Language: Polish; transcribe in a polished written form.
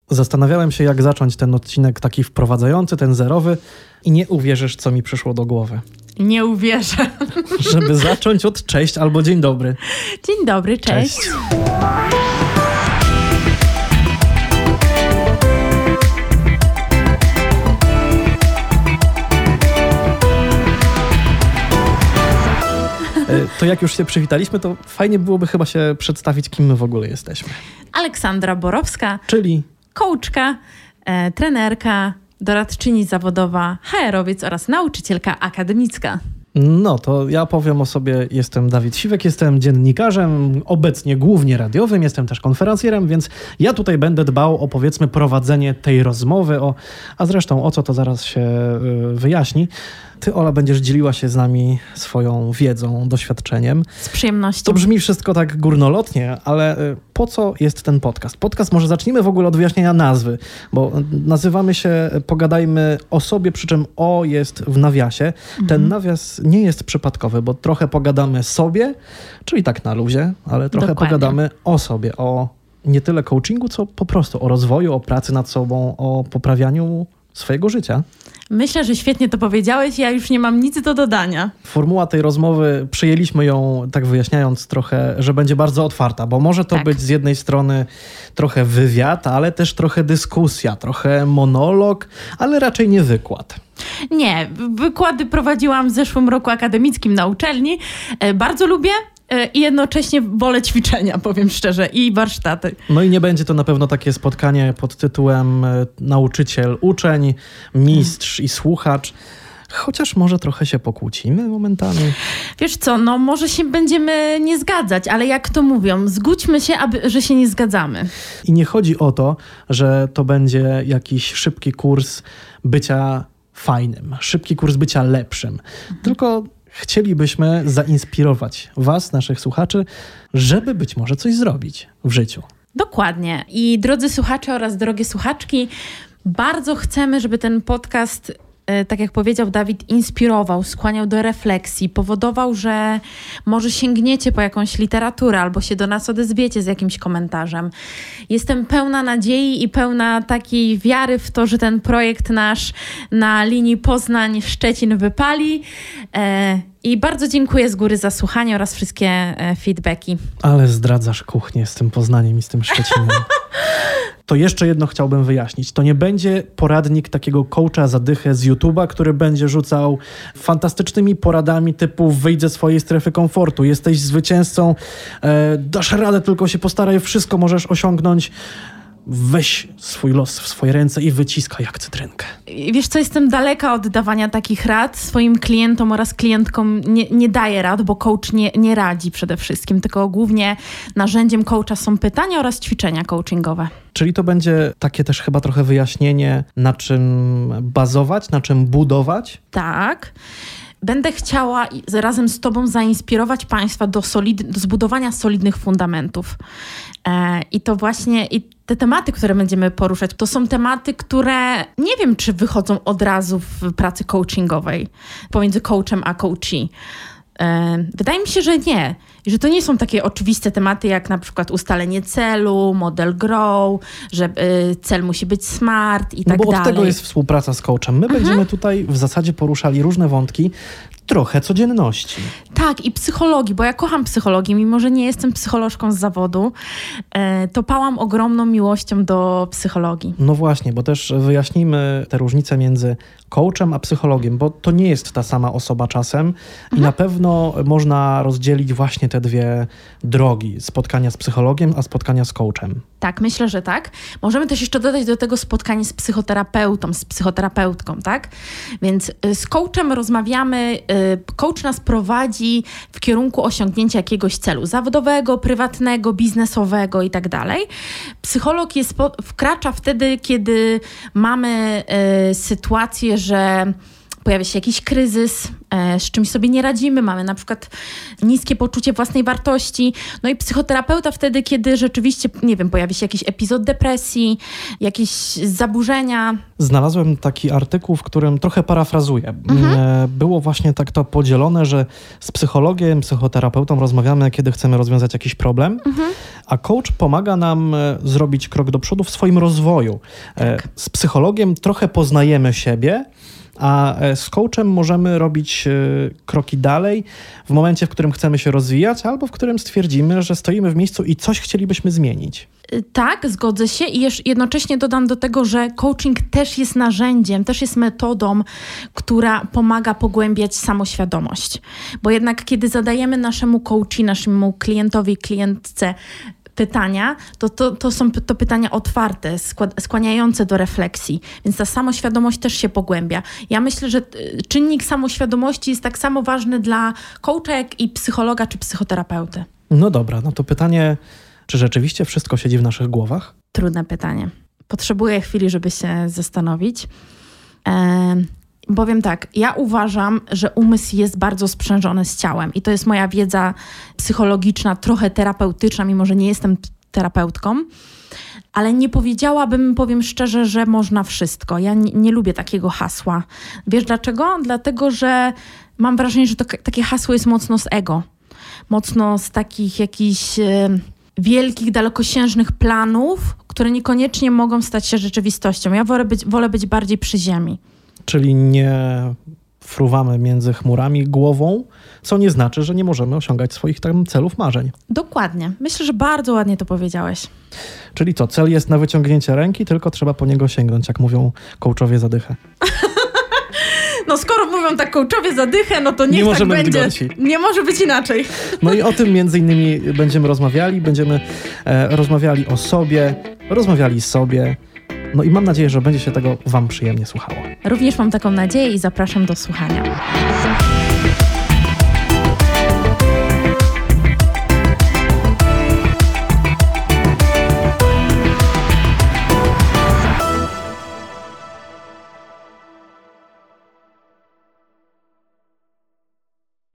Zastanawiałem się, jak zacząć ten odcinek taki wprowadzający, ten zerowy i nie uwierzysz, co mi przyszło do głowy. Nie uwierzę. Żeby zacząć od cześć albo dzień dobry. Dzień dobry, cześć. To jak już się przywitaliśmy, to fajnie byłoby chyba się przedstawić, kim my w ogóle jesteśmy. Aleksandra Borowska, Czyli coachka, trenerka, doradczyni zawodowa, HR-owiec oraz nauczycielka akademicka. No, to ja powiem o sobie, jestem Dawid Siwek, jestem dziennikarzem, obecnie głównie radiowym, jestem też konferencjerem, więc ja tutaj będę dbał o, powiedzmy, prowadzenie tej rozmowy, a zresztą o co to zaraz się wyjaśni. Ty, Ola, będziesz dzieliła się z nami swoją wiedzą, doświadczeniem. Z przyjemnością. To brzmi wszystko tak górnolotnie, ale po co jest ten podcast? Podcast, może zacznijmy w ogóle od wyjaśnienia nazwy, bo nazywamy się Pogadajmy o sobie, przy czym o jest w nawiasie. Ten nawias nie jest przypadkowy, bo trochę pogadamy sobie, czyli tak na luzie, ale trochę pogadamy o sobie, o nie tyle coachingu, co po prostu o rozwoju, o pracy nad sobą, o poprawianiu swojego życia. Myślę, że świetnie to powiedziałeś, ja już nie mam nic do dodania. Formuła tej rozmowy, przyjęliśmy ją, tak wyjaśniając trochę, że będzie bardzo otwarta, bo może to być z jednej strony trochę wywiad, ale też trochę dyskusja, trochę monolog, ale raczej nie wykład. Nie, wykłady prowadziłam w zeszłym roku akademickim na uczelni. Bardzo lubię. I jednocześnie wolę ćwiczenia, powiem szczerze, i warsztaty. No i nie będzie to na pewno takie spotkanie pod tytułem nauczyciel, uczeń, mistrz i słuchacz. Chociaż może trochę się pokłócimy momentami. Wiesz co, no może się będziemy nie zgadzać, ale jak to mówią, zgódźmy się, że się nie zgadzamy. I nie chodzi o to, że to będzie jakiś szybki kurs bycia fajnym, szybki kurs bycia lepszym. Tylko chcielibyśmy zainspirować was, naszych słuchaczy, żeby być może coś zrobić w życiu. Dokładnie. I drodzy słuchacze oraz drogie słuchaczki, bardzo chcemy, żeby ten podcast, tak jak powiedział Dawid, inspirował, skłaniał do refleksji, powodował, że może sięgniecie po jakąś literaturę albo się do nas odezwiecie z jakimś komentarzem. Jestem pełna nadziei i pełna takiej wiary w to, że ten projekt nasz na linii Poznań-Szczecin wypali. I bardzo dziękuję z góry za słuchanie oraz wszystkie feedbacki. Ale zdradzasz kuchnię z tym Poznaniem i z tym Szczecinem. To jeszcze jedno chciałbym wyjaśnić. To nie będzie poradnik takiego coacha zadychę z YouTube'a, który będzie rzucał fantastycznymi poradami typu wyjdź ze swojej strefy komfortu, jesteś zwycięzcą, dasz radę, tylko się postaraj, wszystko możesz osiągnąć. Weź swój los w swoje ręce i wyciskaj jak cytrynkę. Wiesz co, jestem daleka od dawania takich rad. Swoim klientom oraz klientkom nie daję rad, bo coach nie radzi przede wszystkim, tylko głównie narzędziem coacha są pytania oraz ćwiczenia coachingowe. Czyli to będzie takie też chyba trochę wyjaśnienie, na czym bazować, na czym budować? Tak. Będę chciała razem z tobą zainspirować państwa do zbudowania solidnych fundamentów. I to właśnie te tematy, które będziemy poruszać, to są tematy, które nie wiem, czy wychodzą od razu w pracy coachingowej pomiędzy coachem a coachee. Wydaje mi się, że nie. I że to nie są takie oczywiste tematy, jak na przykład ustalenie celu, model grow, że cel musi być smart i tak dalej. No bo od tego jest współpraca z coachem. My będziemy tutaj w zasadzie poruszali różne wątki, trochę codzienności. Tak, i psychologii, bo ja kocham psychologię, mimo że nie jestem psycholożką z zawodu, to pałam ogromną miłością do psychologii. No właśnie, bo też wyjaśnijmy te różnice między coachem a psychologiem, bo to nie jest ta sama osoba czasem i na pewno można rozdzielić właśnie te dwie drogi, spotkania z psychologiem, a spotkania z coachem. Tak, myślę, że tak. Możemy też jeszcze dodać do tego spotkanie z psychoterapeutą, z psychoterapeutką, tak? Więc z coachem rozmawiamy, coach nas prowadzi w kierunku osiągnięcia jakiegoś celu zawodowego, prywatnego, biznesowego i tak dalej. Psycholog wkracza wtedy, kiedy mamy sytuację, że pojawia się jakiś kryzys, z czymś sobie nie radzimy, mamy na przykład niskie poczucie własnej wartości. No i psychoterapeuta wtedy, kiedy rzeczywiście, nie wiem, pojawi się jakiś epizod depresji, jakieś zaburzenia. Znalazłem taki artykuł, w którym trochę parafrazuję. Było właśnie tak to podzielone, że z psychologiem, psychoterapeutą rozmawiamy, kiedy chcemy rozwiązać jakiś problem, a coach pomaga nam zrobić krok do przodu w swoim rozwoju. Tak. Z psychologiem trochę poznajemy siebie, a z coachem możemy robić kroki dalej w momencie, w którym chcemy się rozwijać albo w którym stwierdzimy, że stoimy w miejscu i coś chcielibyśmy zmienić. Tak, zgodzę się i jednocześnie dodam do tego, że coaching też jest narzędziem, też jest metodą, która pomaga pogłębiać samoświadomość. Bo jednak kiedy zadajemy naszemu coachi, naszemu klientowi, klientce pytania, to są to pytania otwarte, skłaniające do refleksji, więc ta samoświadomość też się pogłębia. Ja myślę, że czynnik samoświadomości jest tak samo ważny dla coacha, jak i psychologa czy psychoterapeuty. No dobra, no to pytanie, czy rzeczywiście wszystko siedzi w naszych głowach? Trudne pytanie. Potrzebuję chwili, żeby się zastanowić. Powiem tak, ja uważam, że umysł jest bardzo sprzężony z ciałem i to jest moja wiedza psychologiczna, trochę terapeutyczna, mimo że nie jestem terapeutką, ale nie powiedziałabym, powiem szczerze, że można wszystko. Ja nie lubię takiego hasła. Wiesz dlaczego? Dlatego, że mam wrażenie, że takie hasło jest mocno z ego, mocno z takich jakichś wielkich, dalekosiężnych planów, które niekoniecznie mogą stać się rzeczywistością. Ja wolę być bardziej przy ziemi. Czyli nie fruwamy między chmurami głową, co nie znaczy, że nie możemy osiągać swoich tam celów, marzeń. Dokładnie. Myślę, że bardzo ładnie to powiedziałeś. Czyli co, cel jest na wyciągnięcie ręki, tylko trzeba po niego sięgnąć, jak mówią coachowie za dychę. No skoro mówią tak coachowie za dychę, no to niech tak będzie. Nie może być inaczej. No i o tym między innymi będziemy rozmawiali o sobie, rozmawiali sobie. No i mam nadzieję, że będzie się tego wam przyjemnie słuchało. Również mam taką nadzieję i zapraszam do słuchania.